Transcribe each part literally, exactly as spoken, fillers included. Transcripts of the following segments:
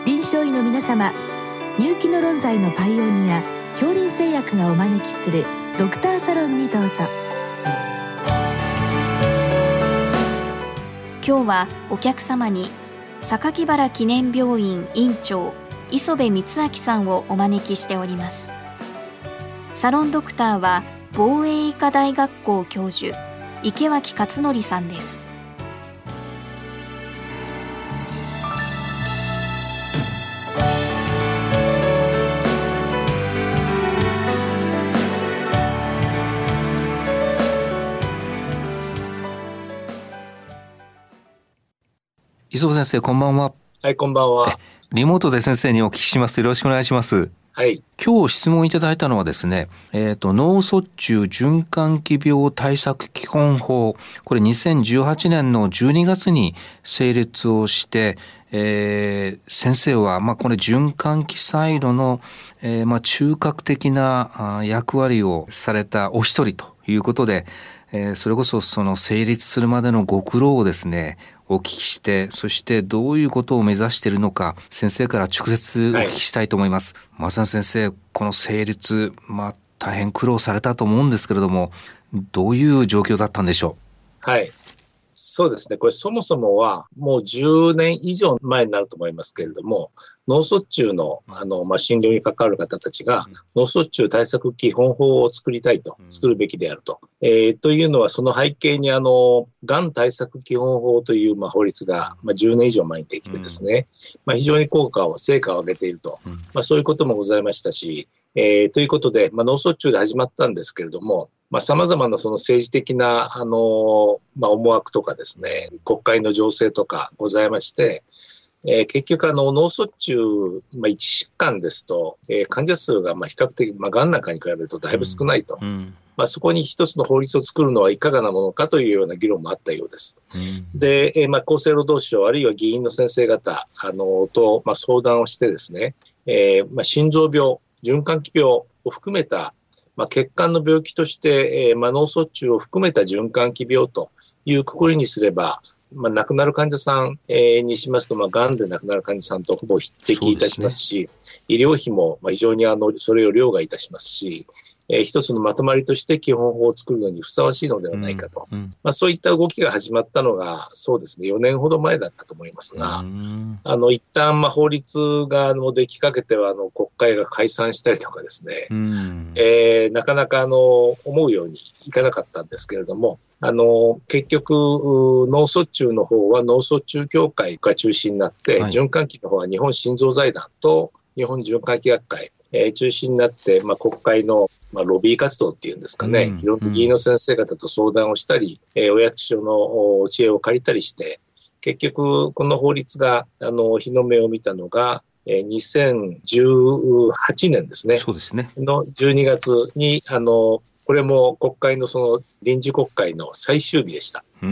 臨床医の皆様、入気の論剤のパイオニア杏林製薬がお招きするドクターサロンにどうぞ。 今日はお客様に榊原記念病院院長磯部光明さんをお招きしております。サロンドクターは防衛医科大学校教授池脇勝則さんです。 磯部先生、こんばんは。 はい、こんばんは。 リモートで先生にお聞きします。よろしくお願いします。 はい。 今日質問いただいたのはですね、えっと、脳卒中循環器病対策基本法。これにせんじゅうはちねんのじゅうにがつに成立をして、えー、先生は、まあ、これ循環器サイドの、えー、まあ、中核的な役割をされたお一人ということで、えー、それこそその成立するまでのご苦労をですね、お聞きして、そしてどういうことを目指しているのか、先生から直接お聞きしたいと思います。はい、まさに先生、この成立、まあ、大変苦労されたと思うんですけれども、どういう状況だったんでしょう。はい。そうですね。これそもそもはもうじゅうねん以上前になると思いますけれども、脳卒中の、あの、まあ、診療に関わる方たちが、脳卒中対策基本法を作りたいと、作るべきであると。えー、というのは、その背景に、あの、がん対策基本法という、まあ、法律が、まあ、じゅうねん以上前にできてですね、まあ、非常に効果を、成果を上げていると。まあ、そういうこともございましたし、えー、ということで、まあ、脳卒中で始まったんですけれども、まあ、様々なその政治的な、あの、まあ、思惑とかですね、国会の情勢とかございまして、えー、結局あの脳卒中、まあ、一疾患ですと、えー、患者数がまあ比較的、まあ、がんなんかに比べるとだいぶ少ないと、うんうん、まあ、そこに一つの法律を作るのはいかがなものかというような議論もあったようです。うん、で、えーまあ、厚生労働省あるいは議員の先生方あのと、まあ、相談をしてですね、えーまあ、心臓病、循環器病を含めた、まあ、血管の病気として、えーまあ、脳卒中を含めた循環器病というくくりにすれば、まあ、亡くなる患者さん、えー、にしますと、まあ、がんで亡くなる患者さんとほぼ匹敵いたしますし、すね、医療費もまあ非常にあのそれを凌駕いたしますし、えー、一つのまとまりとして基本法を作るのにふさわしいのではないかと、うんうん、まあ、そういった動きが始まったのが、そうですね、よねんほど前だったと思いますが、うん、あの一旦まあ法律があのできかけてはあの国会が解散したりとかですね、うん、えー、なかなかあの思うようにいかなかったんですけれども、あの、結局、脳卒中の方は脳卒中協会が中心になって、はい、循環器の方は日本心臓財団と日本循環器学会、えー、中心になって、まあ、国会の、まあ、ロビー活動っていうんですかね、うん、いろんな議員の先生方と相談をしたり、うん、えー、お役所の知恵を借りたりして、結局、この法律が、あの、日の目を見たのが、えー、にせんじゅうはちねんですね。 そうですね。 のじゅうにがつに、あの、これも国会のその臨時国会の最終日でした。うんうん、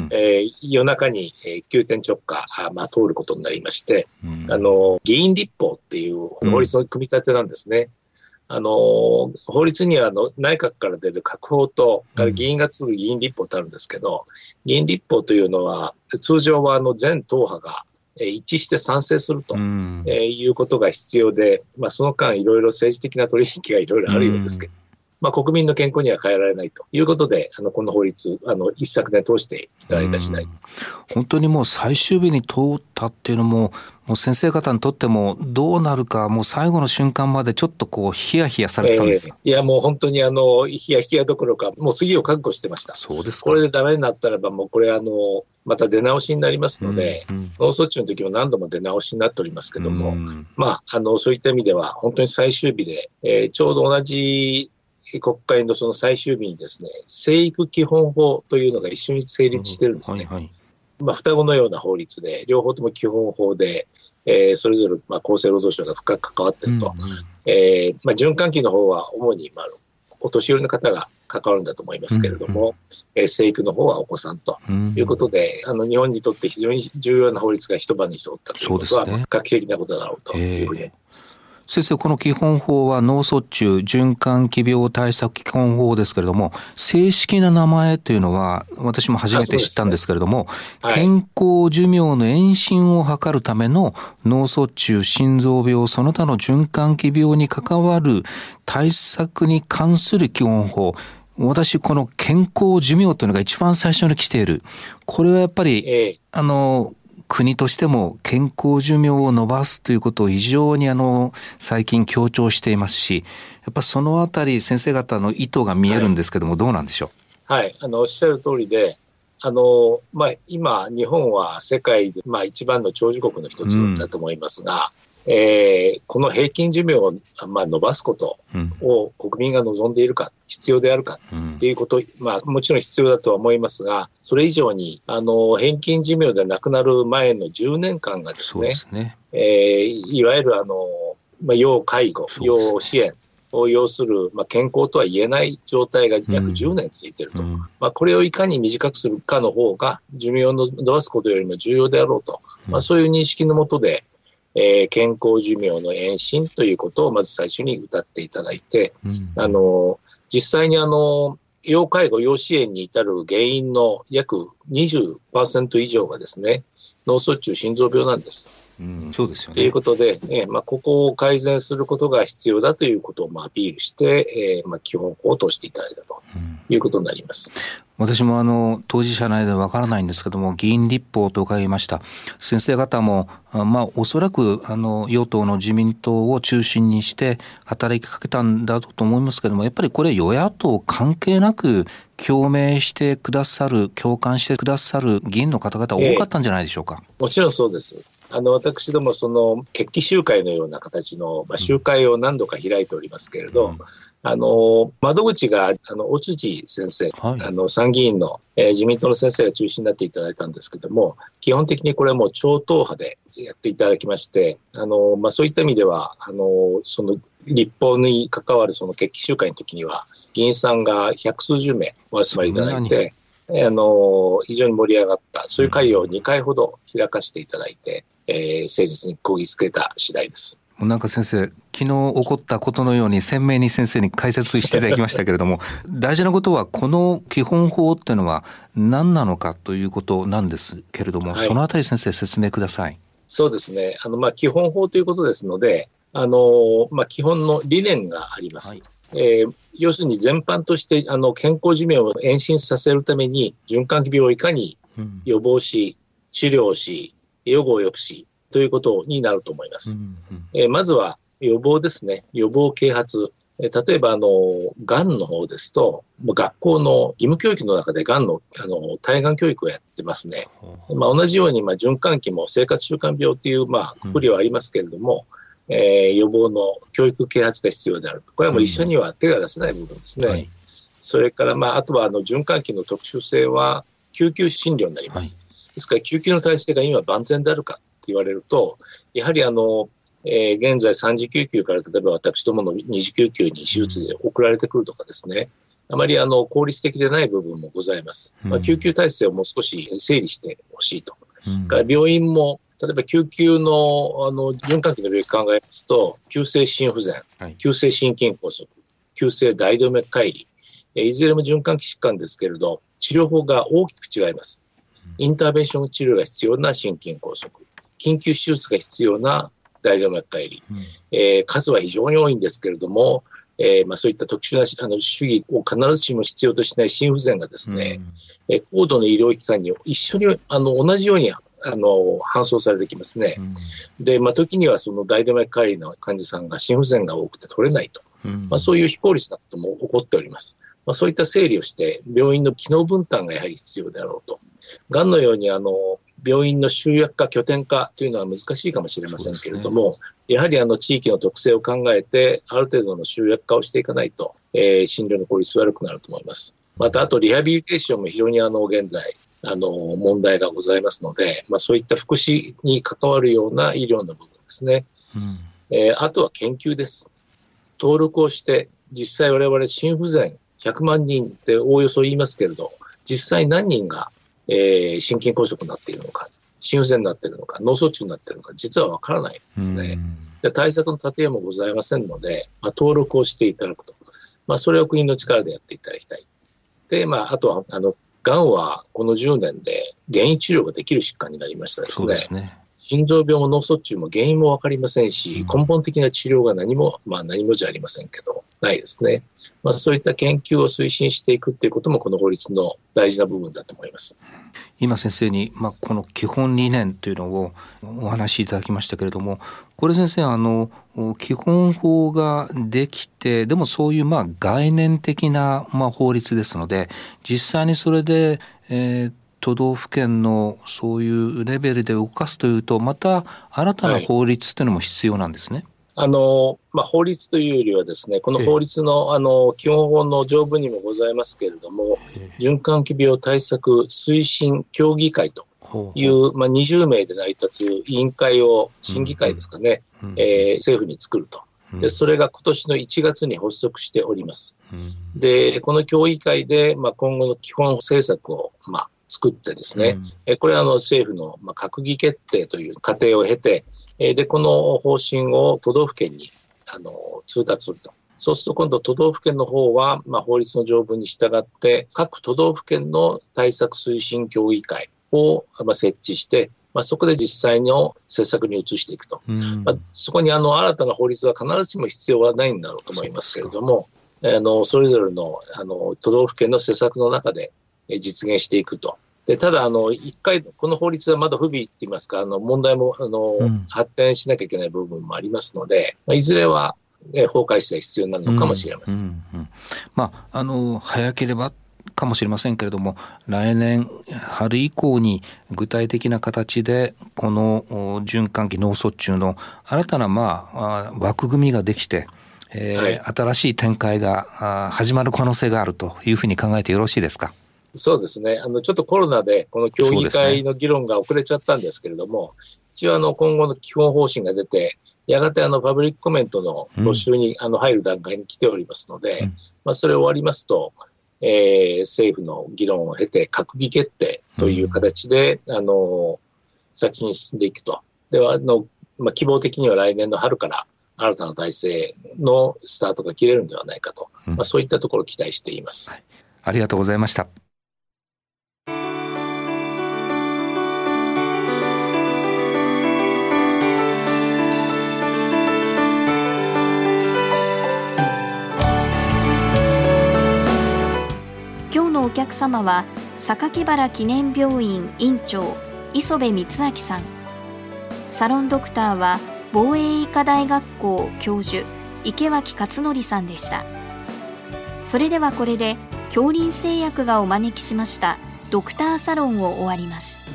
えー、夜中に、えー、急転直下、あまあ、通ることになりまして、うん、あの議員立法っていう法律の組み立てなんですね。うん、あの法律にはあの内閣から出る閣法と議員が作る議員立法とあるんですけど、うん、議員立法というのは通常はあの全党派が一致して賛成すると、うんえー、いうことが必要で、まあ、その間いろいろ政治的な取引がいろいろあるようですけど、うんまあ、国民の健康には変えられないということで、あの、この法律、あの、一昨年通していただいた次第です。 本当にもう最終日に通ったっていうのも、もう先生方にとってもどうなるか、もう最後の瞬間までちょっとこう、ヒヤヒヤされてたんですか？ えー、いや、もう本当にあの、ヒヤヒヤどころか、もう次を覚悟してました。 そうですか。 これでダメになったらば、もうこれあの、また出直しになりますので、うんうん、脳卒中の時も何度も出直しになっておりますけども、うん、まあ、あの、そういった意味では、本当に最終日で、えー、ちょうど同じ、国会のその最終日にですね、生育基本法というのが一緒に成立してるんですね。うんはいはい、まあ、双子のような法律で、両方とも基本法で、えー、それぞれまあ厚生労働省が深く関わっていると。うんうんえーまあ、循環器の方は主にまあお年寄りの方が関わるんだと思いますけれども、うんうんえー、生育の方はお子さんということで、うん、あの日本にとって非常に重要な法律が一晩に通ったということは、ね、画期的なことだろうというふうに思います。 先生、この基本法は脳卒中循環器病対策基本法ですけれども、正式な名前というのは私も初めて知ったんですけれども、ねはい、健康寿命の延伸を図るための脳卒中、心臓病、その他の循環器病に関わる対策に関する基本法、私この健康寿命というのが一番最初に来ている。これはやっぱり、ええ、あの国としても健康寿命を伸ばすということを非常にあの最近強調していますし、やっぱそのあたり先生方の意図が見えるんですけども、はい、どうなんでしょう。 はい、あのおっしゃる通りで、あのまあ、今日本は世界で、まあ、一番の長寿国の一つだと思いますが、うんえー、この平均寿命を、まあ、伸ばすことを国民が望んでいるか、必要であるかっていうこと、うん、まあ、もちろん必要だとは思いますが、それ以上にあの平均寿命で亡くなる前のじゅうねんかんがですね、そうですね、えー、いわゆるあの、まあ、要介護、要支援を要する、まあ、健康とは言えない状態が約じゅうねん続いていると、うんまあ、これをいかに短くするかの方が寿命を伸ばすことよりも重要であろうと、まあ、そういう認識のもとでえー、健康寿命の延伸ということをまず最初に謳っていただいて、うん、あの実際にあの要介護要支援に至る原因の約 にじゅっパーセント 以上がですね脳卒中心臓病なんです。 うん、そうですよね。 ということで、えーまあ、ここを改善することが必要だということをまあアピールして、えーまあ、基本法を通していただいたということになります。 うん、私もあの当事者内でわからないんですけども、議員立法と伺いました。先生方も、まあ、おそらくあの与党の自民党を中心にして働きかけたんだと思いますけども、やっぱりこれ与野党関係なく共鳴してくださる、共感してくださる議員の方々多かったんじゃないでしょうか。 えー、もちろんそうです。あの私どもその決起集会のような形の、まあ、集会を何度か開いておりますけれど、うん、あの窓口があの尾辻先生、はい、あの参議院の、えー、自民党の先生が中心になっていただいたんですけども、基本的にこれはもう超党派でやっていただきまして、あの、まあ、そういった意味ではあのその立法に関わるその決起集会の時には議員さんが百数十名お集まりいただいて、あの非常に盛り上がった、そういう会をにかいほど開かせていただいて、えー、成立にこぎつけた次第です。 もうなんか先生、昨日起こったことのように鮮明に先生に解説していただきましたけれども大事なことはこの基本法っていうのは何なのかということなんですけれども、はい、そのあたり先生説明ください。 そうですね、あの、まあ、基本法ということですので、あの、まあ、基本の理念があります。はい、えー、要するに全般としてあの健康寿命を延伸させるために循環器病をいかに予防し、治療し、予後を良くしということになると思います。うんうん、えー、まずは予防ですね。予防啓発。えー、例えばあのがんの方ですと、学校の義務教育の中でがんのあの対がん教育をやってますね。まあ、同じように、まあ、循環器も生活習慣病というまあくくりはありますけれども、うん、えー、予防の教育啓発が必要である。これはもう一緒には手が出せない部分ですね。うん、はい、それから、まあ、あとはあの循環器の特殊性は救急診療になります。はい、ですから救急の体制が今万全であるかと言われると、やはりあの、えー、現在さんじ救急から例えば私どものにじ救急に手術で送られてくるとかですね、あまりあの効率的でない部分もございます。まあ、救急体制をもう少し整理してほしいと。うん、から病院も例えば救急の、あの循環器の病気考えますと、急性心不全、はい、急性心筋梗塞、急性大動脈解離、いずれも循環器疾患ですけれど、治療法が大きく違います。インターベンション治療が必要な心筋梗塞、緊急手術が必要な大動脈解離、うん、えー、数は非常に多いんですけれども、えーまあ、そういった特殊なあの手技を必ずしも必要としない心不全がですね、うん、えー、高度の医療機関に一緒にあの同じようにあの搬送されてきますね。うん、で、まあ、時にはその大動脈解離の患者さんが心不全が多くて取れないと、うん、まあ、そういう非効率なことも起こっております。まあ、そういった整理をして病院の機能分担がやはり必要であろうと。がんのようにあの病院の集約化拠点化というのは難しいかもしれませんけれども、ね、やはりあの地域の特性を考えてある程度の集約化をしていかないと、えー、診療の効率悪くなると思います。またあとリハビリテーションも非常にあの現在あの問題がございますので、まあ、そういった福祉に関わるような医療の部分ですね。うん、えー、あとは研究です。登録をして実際我々心不全ひゃくまんにんっておおよそ言いますけれど、実際何人が、えー、心筋梗塞になっているのか、心不全になっているのか、脳卒中になっているのか、実はわからないんですね。 で対策の立てようもございませんので、まあ、登録をしていただくと、まあ、それを国の力でやっていただきたい。で、まあ、あとはあのがんはこのじゅうねんで原因治療ができる疾患になりましたですね。 そうですね。 心臓病も脳卒中も原因も分かりませんし、根本的な治療が何も、まあ、何もじゃありませんけどないですね。まあ、そういった研究を推進していくということもこの法律の大事な部分だと思います。 今先生に、まあ、この基本理念というのをお話しいただきましたけれども、これ先生あの基本法ができて、でもそういうまあ概念的なまあ法律ですので、実際にそれで、えー都道府県のそういうレベルで動かすというと、また新たな法律というのも必要なんですね。 はい、あのまあ、法律というよりはですね、この法律の、あの基本法の条文にもございますけれども、循環器病対策推進協議会という、まあ、にじゅうめいで成り立つ委員会を、審議会ですかね、うんうん、えー、政府に作ると。でそれが今年のいちがつに発足しております。うん、でこの協議会で、まあ、今後の基本政策を、まあ作ってですね、うん、これはあの政府のまあ閣議決定という過程を経て、でこの方針を都道府県にあの通達すると。そうすると今度都道府県の方はまあ法律の条文に従って各都道府県の対策推進協議会をまあ設置して、まあ、そこで実際の施策に移していくと、うん、まあ、そこにあの新たな法律は必ずしも必要はないんだろうと思いますけれども、あのそれぞれのあの都道府県の施策の中で実現していくと。でただあの一回この法律はまだ不備といいますか、あの問題もあの、うん、発展しなきゃいけない部分もありますので、まあ、いずれは法改正が必要になるのかもしれません。うんうんうん、 まあ、あの早ければかもしれませんけれども、来年春以降に具体的な形でこの循環器脳卒中の新たな、まあ、枠組みができて、えーはい、新しい展開が始まる可能性があるというふうに考えてよろしいですか。 そうですね。あのちょっとコロナでこの協議会の議論が遅れちゃったんですけれども、ね、一応あの今後の基本方針が出て、やがてあのパブリックコメントの募集にあの入る段階に来ておりますので、うん、まあ、それ終わりますと、えー、政府の議論を経て閣議決定という形で、うん、あの先に進んでいくと。ではあの、まあ、希望的には来年の春から新たな体制のスタートが切れるんではないかと、うん、まあ、そういったところを期待しています。はい、 ありがとうございました。 今日のお客様は榊原記念病院院長磯部光明さん、サロンドクターは防衛医科大学校教授池脇勝則さんでした。それではこれで京林製薬がお招きしましたドクターサロンを終わります。